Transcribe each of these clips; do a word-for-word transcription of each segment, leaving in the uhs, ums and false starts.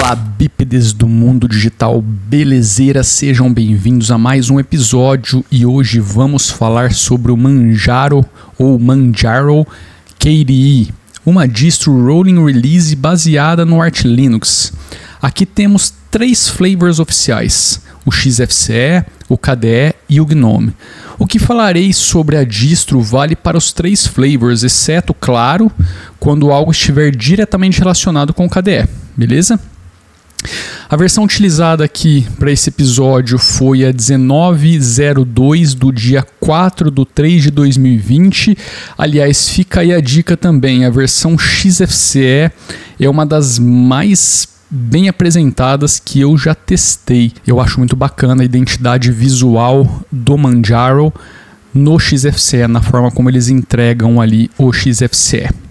Fala, bípedes do mundo digital, belezeira? Sejam bem-vindos a mais um episódio e hoje vamos falar sobre o Manjaro ou Manjaro K D E, uma distro rolling release baseada no Arch Linux. Aqui temos três flavors oficiais, o X F C E, o K D E e o Gnome. O que falarei sobre a distro vale para os três flavors, exceto, claro, quando algo estiver diretamente relacionado com o K D E, beleza? A versão utilizada aqui para esse episódio foi a dezenove zero dois do dia quatro de três de dois mil e vinte. Aliás, fica aí a dica também, a versão X F C E é uma das mais bem apresentadas que eu já testei. Eu acho muito bacana a identidade visual do Manjaro no X F C E, na forma como eles entregam ali o X F C E.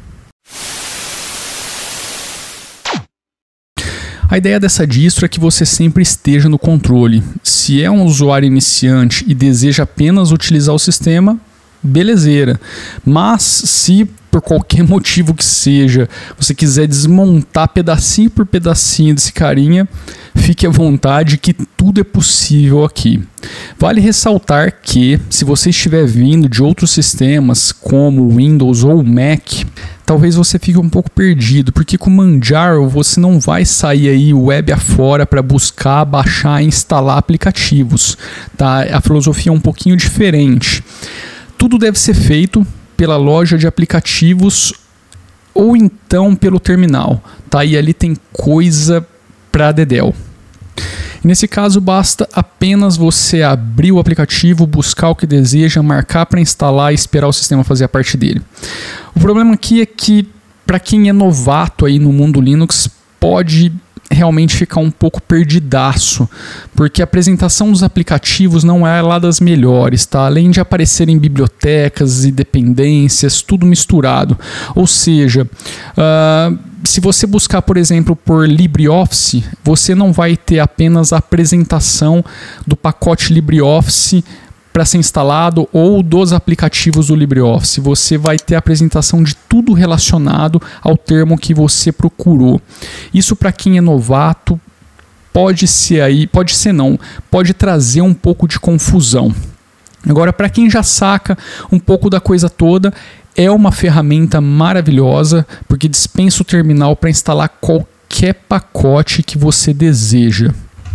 A ideia dessa distro é que você sempre esteja no controle. Se é um usuário iniciante e deseja apenas utilizar o sistema, belezeira. Mas se por qualquer motivo que seja, você quiser desmontar pedacinho por pedacinho desse carinha, fique à vontade que tudo é possível aqui. Vale ressaltar que, se você estiver vindo de outros sistemas, como Windows ou Mac, talvez você fique um pouco perdido, porque com o Manjaro você não vai sair aí web afora para buscar, baixar e instalar aplicativos. Tá? A filosofia é um pouquinho diferente. Tudo deve ser feito pela loja de aplicativos ou então pelo terminal, tá? E ali tem coisa para dedéu. E nesse caso basta apenas você abrir o aplicativo, buscar o que deseja, marcar para instalar e esperar o sistema fazer a parte dele. O problema aqui é que para quem é novato aí no mundo Linux pode realmente ficar um pouco perdidaço, porque a apresentação dos aplicativos não é lá das melhores, tá? Além de aparecerem bibliotecas e dependências, tudo misturado. Ou seja, uh, se você buscar, por exemplo, por LibreOffice, você não vai ter apenas a apresentação do pacote LibreOffice para ser instalado ou dos aplicativos do LibreOffice. Você vai ter a apresentação de tudo relacionado ao termo que você procurou. Isso, para quem é novato, pode ser aí, pode ser não, pode trazer um pouco de confusão. Agora, para quem já saca um pouco da coisa toda, é uma ferramenta maravilhosa, porque dispensa o terminal para instalar qualquer pacote que você deseja.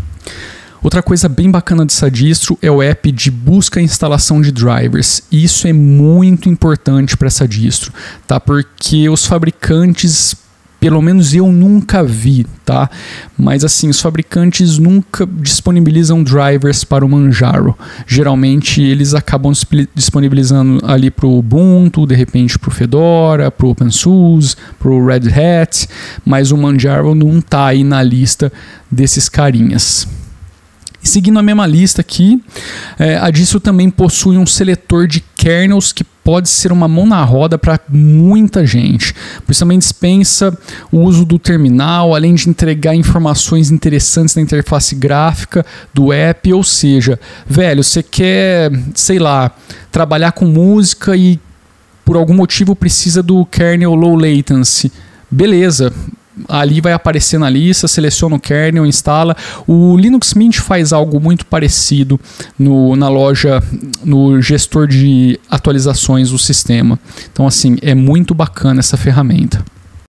Outra coisa bem bacana dessa distro é o app de busca e instalação de drivers. E isso é muito importante para essa distro, tá? Porque os fabricantes, pelo menos eu nunca vi, tá? Mas assim, os fabricantes nunca disponibilizam drivers para o Manjaro. Geralmente eles acabam disponibilizando ali para o Ubuntu, de repente para o Fedora, para o OpenSUSE, para o Red Hat, mas o Manjaro não está aí na lista desses carinhas. E seguindo a mesma lista aqui, é, a distro também possui um seletor de kernels que pode ser uma mão na roda para muita gente, pois também dispensa o uso do terminal, além de entregar informações interessantes na interface gráfica do app. Ou seja, velho, você quer, sei lá, trabalhar com música e por algum motivo precisa do kernel low latency, beleza. Ali vai aparecer na lista, seleciona o kernel, instala. O Linux Mint faz algo muito parecido no, na loja, no gestor de atualizações do sistema. Então, assim, é muito bacana essa ferramenta.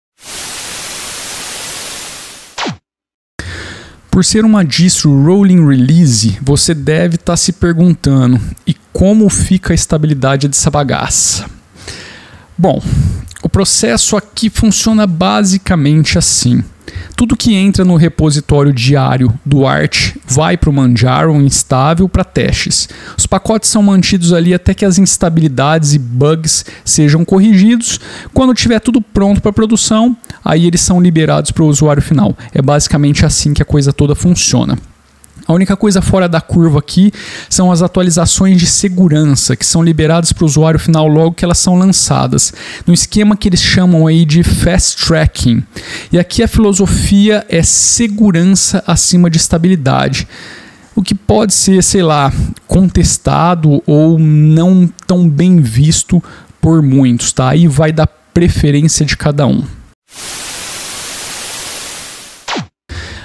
Por ser uma distro rolling release, você deve estar se perguntando: e como fica a estabilidade dessa bagaça? Bom, o processo aqui funciona basicamente assim. Tudo que entra no repositório diário do Arch vai para o Manjaro instável para testes. Os pacotes são mantidos ali até que as instabilidades e bugs sejam corrigidos. Quando tiver tudo pronto para produção, aí eles são liberados para o usuário final. É basicamente assim que a coisa toda funciona. A única coisa fora da curva aqui são as atualizações de segurança, que são liberadas para o usuário final logo que elas são lançadas, no esquema que eles chamam aí de fast tracking. E aqui a filosofia é segurança acima de estabilidade, o que pode ser, sei lá, contestado ou não tão bem visto por muitos, tá? Aí vai da preferência de cada um.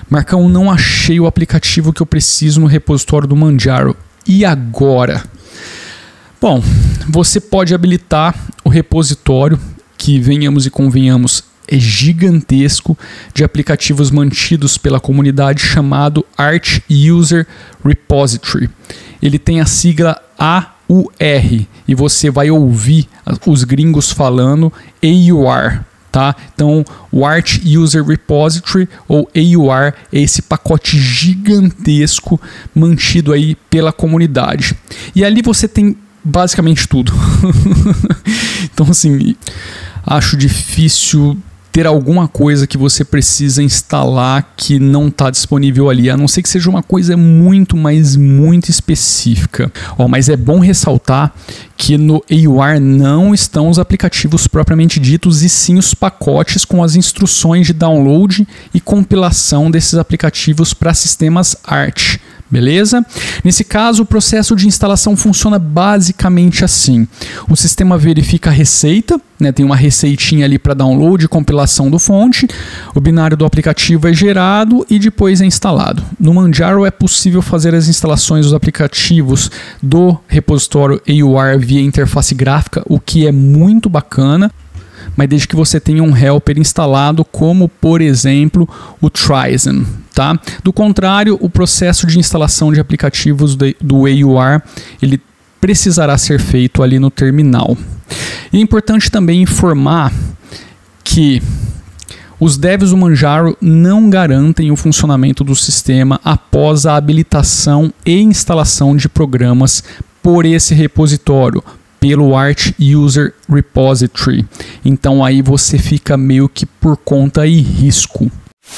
Marcão, não achei o aplicativo que eu preciso no repositório do Manjaro. E agora? Bom, você pode habilitar o repositório, que venhamos e convenhamos, é gigantesco, de aplicativos mantidos pela comunidade, chamado Arch User Repository. Ele tem a sigla A U R e você vai ouvir os gringos falando A U R. Tá? Então, o Arch User Repository, ou A U R, é esse pacote gigantesco mantido aí pela comunidade. E ali você tem basicamente tudo. Então, assim, acho difícil ter alguma coisa que você precisa instalar que não está disponível ali, a não ser que seja uma coisa muito, mas muito específica. Ó, mas é bom ressaltar que no A U R não estão os aplicativos propriamente ditos, e sim os pacotes com as instruções de download e compilação desses aplicativos para sistemas Arch. Beleza? Nesse caso, o processo de instalação funciona basicamente assim. O sistema verifica a receita, né, tem uma receitinha ali para download e compilação do fonte, o binário do aplicativo é gerado e depois é instalado. No Manjaro é possível fazer as instalações dos aplicativos do repositório A U R via interface gráfica, o que é muito bacana, mas desde que você tenha um helper instalado, como por exemplo o Trizen. Tá? Do contrário, o processo de instalação de aplicativos do A U R ele precisará ser feito ali no terminal. E é importante também informar que os devs do Manjaro não garantem o funcionamento do sistema após a habilitação e instalação de programas por esse repositório, pelo Arch User Repository. Então aí você fica meio que por conta e risco.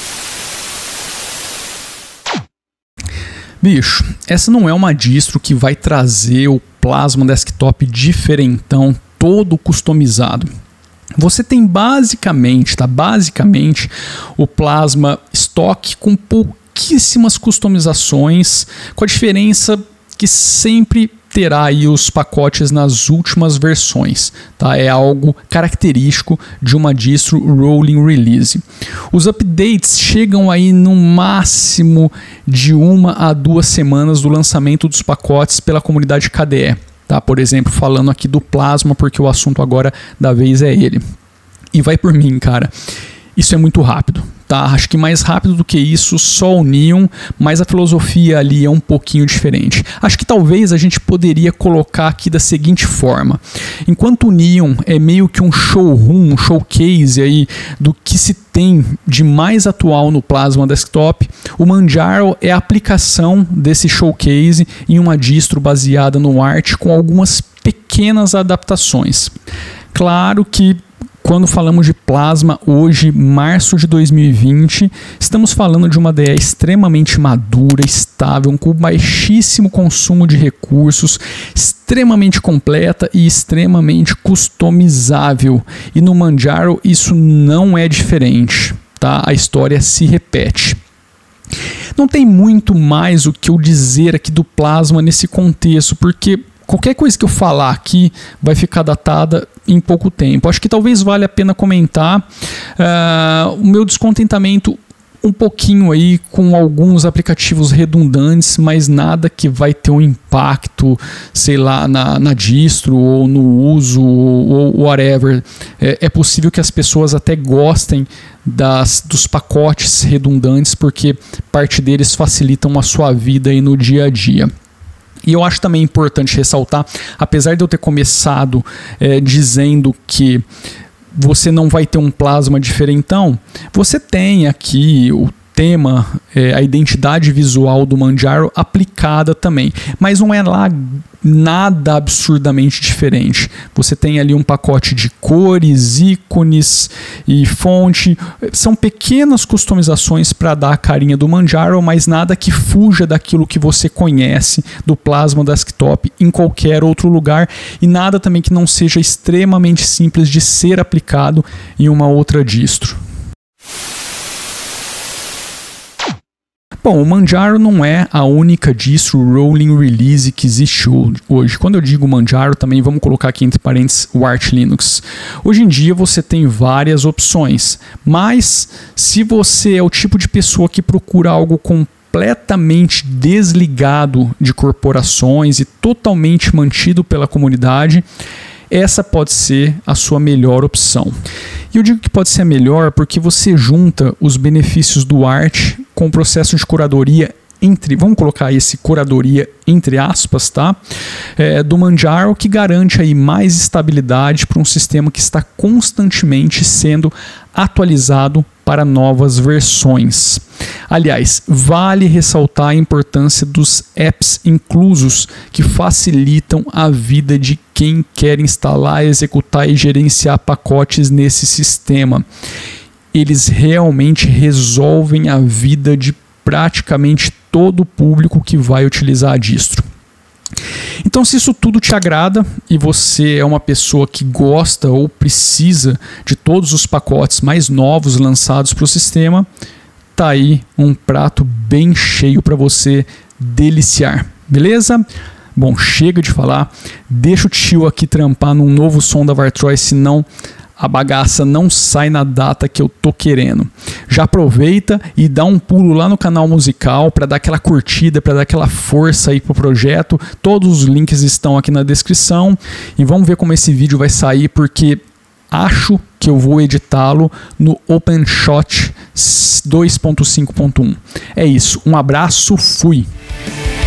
Bicho, essa não é uma distro que vai trazer o Plasma Desktop diferentão, todo customizado. Você tem basicamente, tá? Basicamente o Plasma Stock com pouquíssimas customizações, com a diferença que sempre terá aí os pacotes nas últimas versões, tá? É algo característico de uma distro rolling release. Os updates chegam aí no máximo de uma a duas semanas do lançamento dos pacotes pela comunidade K D E, tá? Por exemplo, falando aqui do Plasma, porque o assunto agora da vez é ele. E vai por mim, cara. Isso é muito rápido. Tá, acho que mais rápido do que isso, só o Neon, mas a filosofia ali é um pouquinho diferente. Acho que talvez a gente poderia colocar aqui da seguinte forma: enquanto o Neon é meio que um showroom, um showcase aí do que se tem de mais atual no Plasma Desktop, o Manjaro é a aplicação desse showcase em uma distro baseada no Arch com algumas pequenas adaptações. Claro que quando falamos de Plasma, hoje, março de dois mil e vinte, estamos falando de uma D E extremamente madura, estável, com baixíssimo consumo de recursos, extremamente completa e extremamente customizável. E no Manjaro isso não é diferente, tá? A história se repete. Não tem muito mais o que eu dizer aqui do Plasma nesse contexto, porque qualquer coisa que eu falar aqui vai ficar datada em pouco tempo. Acho que talvez valha a pena comentar uh, o meu descontentamento um pouquinho aí com alguns aplicativos redundantes, mas nada que vai ter um impacto, sei lá, na, na distro ou no uso ou whatever. É, é possível que as pessoas até gostem das, dos pacotes redundantes, porque parte deles facilitam a sua vida aí no dia a dia. E eu acho também importante ressaltar, apesar de eu ter começado é, dizendo que você não vai ter um Plasma diferentão, você tem aqui o tema, é, a identidade visual do Manjaro aplicada também, mas não é lá nada absurdamente diferente. Você tem ali um pacote de cores, ícones e fonte, são pequenas customizações para dar a carinha do Manjaro, mas nada que fuja daquilo que você conhece do Plasma Desktop em qualquer outro lugar, e nada também que não seja extremamente simples de ser aplicado em uma outra distro. Bom, o Manjaro não é a única distro rolling release que existe hoje. Quando eu digo Manjaro, também vamos colocar aqui entre parênteses o Arch Linux. Hoje em dia você tem várias opções, mas se você é o tipo de pessoa que procura algo completamente desligado de corporações e totalmente mantido pela comunidade, essa pode ser a sua melhor opção. E eu digo que pode ser a melhor porque você junta os benefícios do Arch com o processo de curadoria entre, vamos colocar esse curadoria entre aspas, tá? É, do Manjaro, que garante aí mais estabilidade para um sistema que está constantemente sendo atualizado para novas versões. Aliás, vale ressaltar a importância dos apps inclusos que facilitam a vida de quem quer instalar, executar e gerenciar pacotes nesse sistema. Eles realmente resolvem a vida de praticamente todo o público que vai utilizar a distro. Então, se isso tudo te agrada e você é uma pessoa que gosta ou precisa de todos os pacotes mais novos lançados para o sistema, tá aí um prato bem cheio para você deliciar, beleza? Bom, chega de falar, deixa o tio aqui trampar num novo som da Wartroy, senão a bagaça não sai na data que eu tô querendo. Já aproveita e dá um pulo lá no canal musical para dar aquela curtida, para dar aquela força aí pro projeto. Todos os links estão aqui na descrição e vamos ver como esse vídeo vai sair, porque acho que eu vou editá-lo no OpenShot dois ponto cinco ponto um. É isso, um abraço, fui!